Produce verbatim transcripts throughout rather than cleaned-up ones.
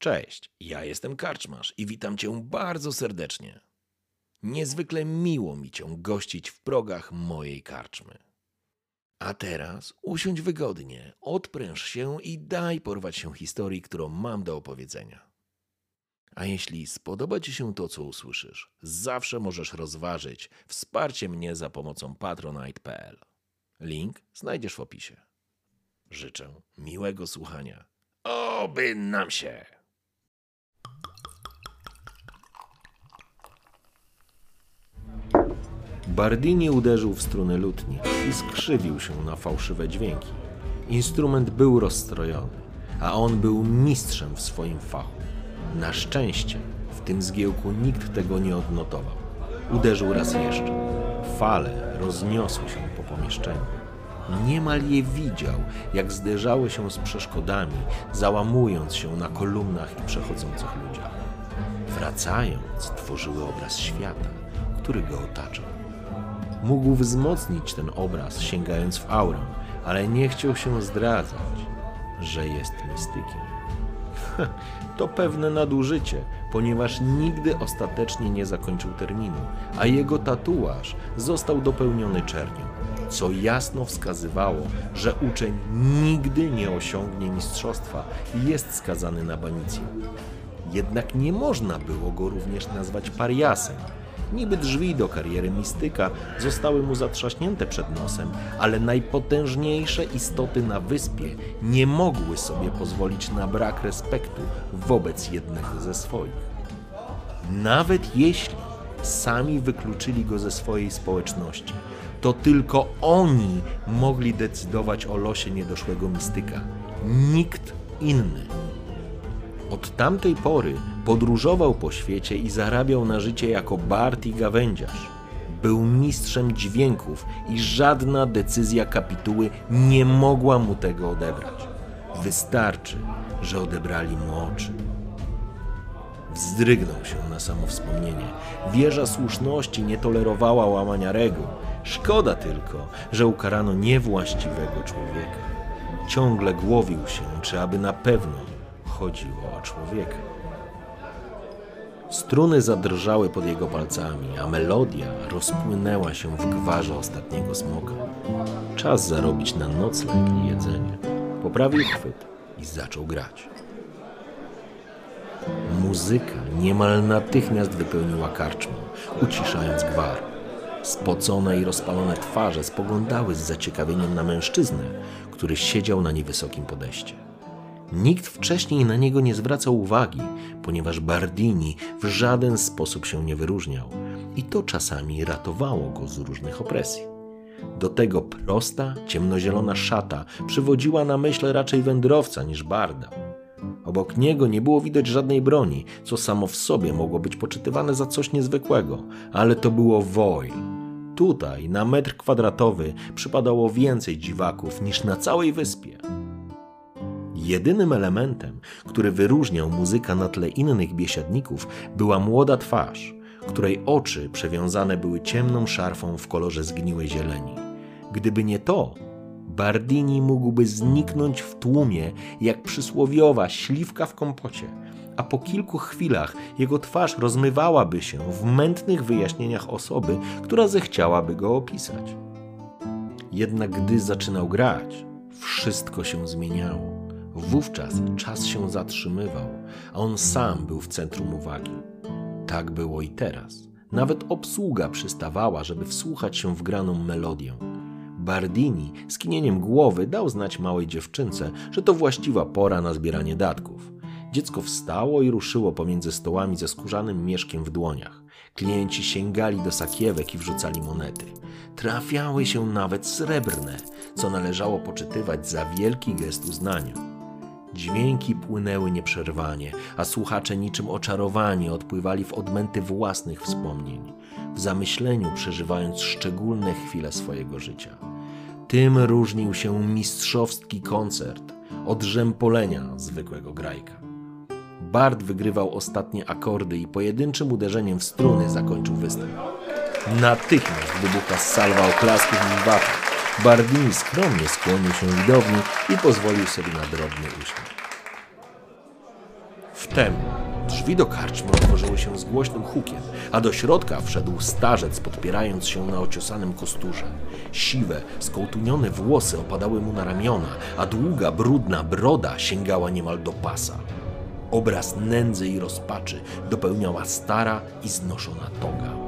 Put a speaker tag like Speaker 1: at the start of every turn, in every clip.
Speaker 1: Cześć, ja jestem karczmarz i witam cię bardzo serdecznie. Niezwykle miło mi cię gościć w progach mojej karczmy. A teraz usiądź wygodnie, odpręż się i daj porwać się historii, którą mam do opowiedzenia. A jeśli spodoba ci się to, co usłyszysz, zawsze możesz rozważyć wsparcie mnie za pomocą patronite kropka p l. Link znajdziesz w opisie. Życzę miłego słuchania. Oby nam się! Bardini uderzył w struny lutni i skrzywił się na fałszywe dźwięki. Instrument był rozstrojony, a on był mistrzem w swoim fachu. Na szczęście w tym zgiełku nikt tego nie odnotował. Uderzył raz jeszcze. Fale rozniosły się po pomieszczeniu. Niemal je widział, jak zderzały się z przeszkodami, załamując się na kolumnach i przechodzących ludziach. Wracając, tworzyły obraz świata, który go otaczał. Mógł wzmocnić ten obraz, sięgając w aurę, ale nie chciał się zdradzać, że jest mistykiem. To pewne nadużycie, ponieważ nigdy ostatecznie nie zakończył terminu, a jego tatuaż został dopełniony czernią, co jasno wskazywało, że uczeń nigdy nie osiągnie mistrzostwa i jest skazany na banicję. Jednak nie można było go również nazwać pariasem. Niby drzwi do kariery mistyka zostały mu zatrzaśnięte przed nosem, ale najpotężniejsze istoty na wyspie nie mogły sobie pozwolić na brak respektu wobec jednego ze swoich. Nawet jeśli sami wykluczyli go ze swojej społeczności, to tylko oni mogli decydować o losie niedoszłego mistyka. Nikt inny. Od tamtej pory podróżował po świecie i zarabiał na życie jako bard i gawędziarz. Był mistrzem dźwięków i żadna decyzja kapituły nie mogła mu tego odebrać. Wystarczy, że odebrali mu oczy. Wzdrygnął się na samo wspomnienie. Wieża słuszności nie tolerowała łamania reguł. Szkoda tylko, że ukarano niewłaściwego człowieka. Ciągle głowił się, czy aby na pewno chodziło o człowieka. Struny zadrżały pod jego palcami, a melodia rozpłynęła się w gwarze ostatniego smoka. Czas zarobić na nocleg i jedzenie. Poprawił chwyt i zaczął grać. Muzyka niemal natychmiast wypełniła karczmę, uciszając gwar. Spocone i rozpalone twarze spoglądały z zaciekawieniem na mężczyznę, który siedział na niewysokim podejście. Nikt wcześniej na niego nie zwracał uwagi, ponieważ Bardini w żaden sposób się nie wyróżniał i to czasami ratowało go z różnych opresji. Do tego prosta, ciemnozielona szata przywodziła na myśl raczej wędrowca niż barda. Obok niego nie było widać żadnej broni, co samo w sobie mogło być poczytywane za coś niezwykłego, ale to było wojl. Tutaj na metr kwadratowy przypadało więcej dziwaków niż na całej wyspie. Jedynym elementem, który wyróżniał muzyka na tle innych biesiadników, była młoda twarz, której oczy przewiązane były ciemną szarfą w kolorze zgniłej zieleni. Gdyby nie to, Bardini mógłby zniknąć w tłumie jak przysłowiowa śliwka w kompocie, a po kilku chwilach jego twarz rozmywałaby się w mętnych wyjaśnieniach osoby, która zechciałaby go opisać. Jednak gdy zaczynał grać, wszystko się zmieniało. Wówczas czas się zatrzymywał, a on sam był w centrum uwagi. Tak było i teraz. Nawet obsługa przystawała, żeby wsłuchać się w graną melodię. Bardini skinieniem głowy dał znać małej dziewczynce, że to właściwa pora na zbieranie datków. Dziecko wstało i ruszyło pomiędzy stołami ze skórzanym mieszkiem w dłoniach. Klienci sięgali do sakiewek i wrzucali monety. Trafiały się nawet srebrne, co należało poczytywać za wielki gest uznania. Dźwięki płynęły nieprzerwanie, a słuchacze niczym oczarowani odpływali w odmęty własnych wspomnień, w zamyśleniu przeżywając szczególne chwile swojego życia. Tym różnił się mistrzowski koncert od rzępolenia zwykłego grajka. Bard wygrywał ostatnie akordy i pojedynczym uderzeniem w struny zakończył występ. Natychmiast wybuchła salwa oklasków i watów. Bardini skromnie skłonił się widowni i pozwolił sobie na drobny uśmiech. Wtem drzwi do karczmy otworzyły się z głośnym hukiem, a do środka wszedł starzec, podpierając się na ociosanym kosturze. Siwe, skołtunione włosy opadały mu na ramiona, a długa, brudna broda sięgała niemal do pasa. Obraz nędzy i rozpaczy dopełniała stara i znoszona toga.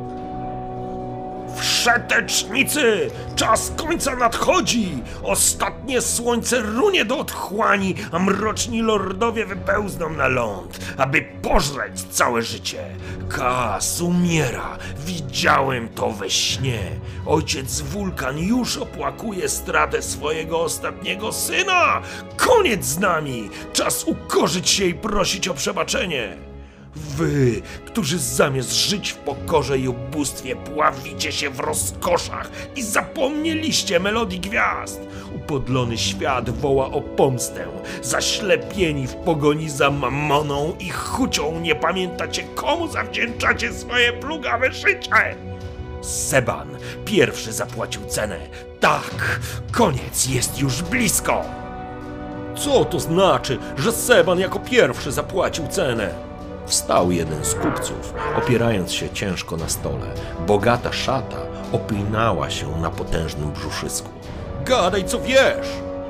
Speaker 1: Wszetecznicy! Czas końca nadchodzi! Ostatnie słońce runie do otchłani, a mroczni lordowie wypełzną na ląd, aby pożreć całe życie. Kas umiera, widziałem to we śnie. Ojciec Wulkan już opłakuje stratę swojego ostatniego syna. Koniec z nami! Czas ukorzyć się i prosić o przebaczenie. Wy, którzy zamiast żyć w pokorze i ubóstwie pławicie się w rozkoszach i zapomnieliście melodii gwiazd. Upodlony świat woła o pomstę. Zaślepieni w pogoni za mammoną i chucią nie pamiętacie, komu zawdzięczacie swoje plugawe życie. Seban pierwszy zapłacił cenę. Tak, koniec jest już blisko. Co to znaczy, że Seban jako pierwszy zapłacił cenę? Wstał jeden z kupców, opierając się ciężko na stole. Bogata szata opinała się na potężnym brzuszysku. Gadaj, co wiesz!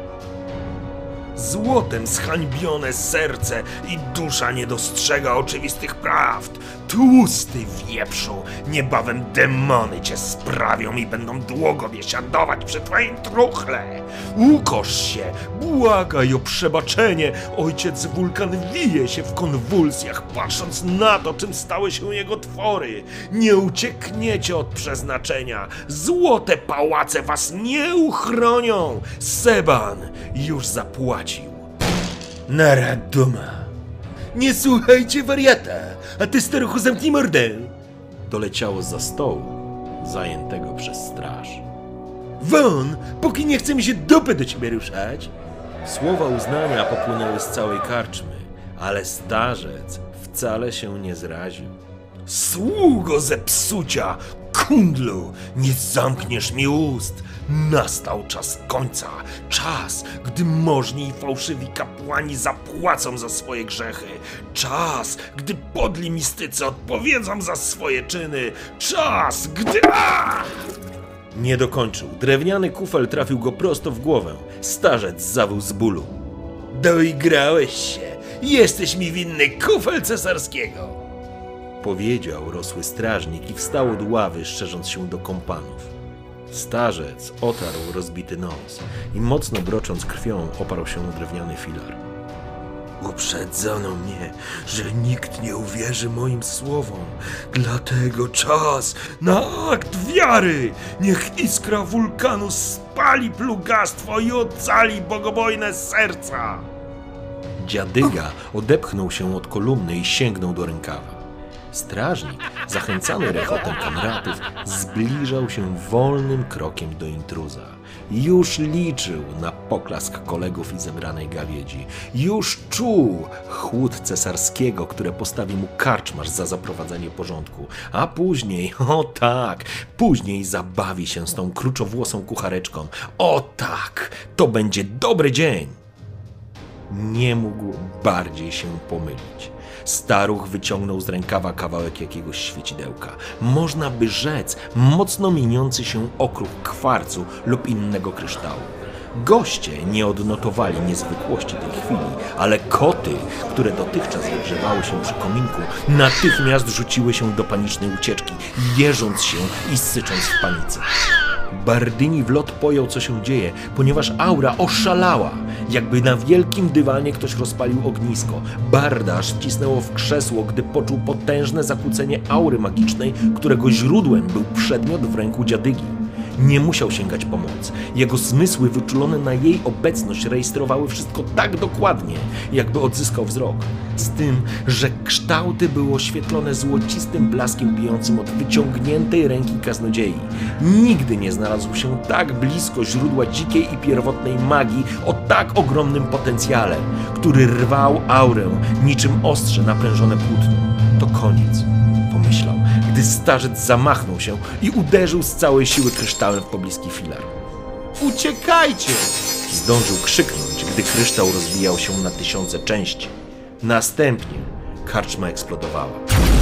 Speaker 1: Złotem zhańbione serce i dusza nie dostrzega oczywistych prawd. Tłusty wieprzu, niebawem demony cię sprawią i będą długo biesiadować przy twoim truchle. Ukosz się, błagaj o przebaczenie. Ojciec Wulkan wije się w konwulsjach, patrząc na to, czym stały się jego twory. Nie uciekniecie od przeznaczenia. Złote pałace was nie uchronią. Seban już zapłacił. Naraduma. Nie słuchajcie wariata, a ty, staruchu, zamknij mordę! Doleciało zza stołu, zajętego przez straż. Won, póki nie chce mi się dupy do ciebie ruszać! Słowa uznania popłynęły z całej karczmy, ale starzec wcale się nie zraził. Sługo zepsucia! Kundlu, nie zamkniesz mi ust! Nastał czas końca, czas, gdy możni i fałszywi kapłani zapłacą za swoje grzechy, czas, gdy podli mistycy odpowiedzą za swoje czyny, czas, gdy... Aaaa! Nie dokończył. Drewniany kufel trafił go prosto w głowę. Starzec zawył z bólu. Doigrałeś się! Jesteś mi winny kufel cesarskiego! Powiedział rosły strażnik i wstał od ławy, szczerząc się do kompanów. Starzec otarł rozbity nos i mocno brocząc krwią oparł się o drewniany filar. Uprzedzono mnie, że nikt nie uwierzy moim słowom, dlatego czas na akt wiary! Niech iskra wulkanu spali plugastwo i ocali bogobojne serca! Dziadyga odepchnął się od kolumny i sięgnął do rękawa. Strażnik, zachęcany rechotem kamratów, zbliżał się wolnym krokiem do intruza. Już liczył na poklask kolegów i zebranej gawiedzi. Już czuł chłód cesarskiego, które postawi mu karczmarz za zaprowadzenie porządku. A później, o tak, później zabawi się z tą kruczowłosą kuchareczką. O tak, to będzie dobry dzień! Nie mógł bardziej się pomylić. Staruch wyciągnął z rękawa kawałek jakiegoś świecidełka. Można by rzec mocno mieniący się okruch kwarcu lub innego kryształu. Goście nie odnotowali niezwykłości tej chwili, ale koty, które dotychczas wygrzewały się przy kominku, natychmiast rzuciły się do panicznej ucieczki, jeżąc się i sycząc w panice. Bardyni w lot pojął, co się dzieje, ponieważ aura oszalała. Jakby na wielkim dywanie ktoś rozpalił ognisko. Barda aż wcisnęło w krzesło, gdy poczuł potężne zakłócenie aury magicznej, którego źródłem był przedmiot w ręku dziadygi. Nie musiał sięgać po moc. Jego zmysły wyczulone na jej obecność rejestrowały wszystko tak dokładnie, jakby odzyskał wzrok. Z tym, że kształty były oświetlone złocistym blaskiem bijącym od wyciągniętej ręki kaznodziei. Nigdy nie znalazł się tak blisko źródła dzikiej i pierwotnej magii o tak ogromnym potencjale, który rwał aurę niczym ostrze naprężone płótno. To koniec, pomyślał, gdy starzec zamachnął się i uderzył z całej siły kryształem w pobliski filar. Uciekajcie! Zdążył krzyknąć, gdy kryształ rozbijał się na tysiące części. Następnie karczma eksplodowała.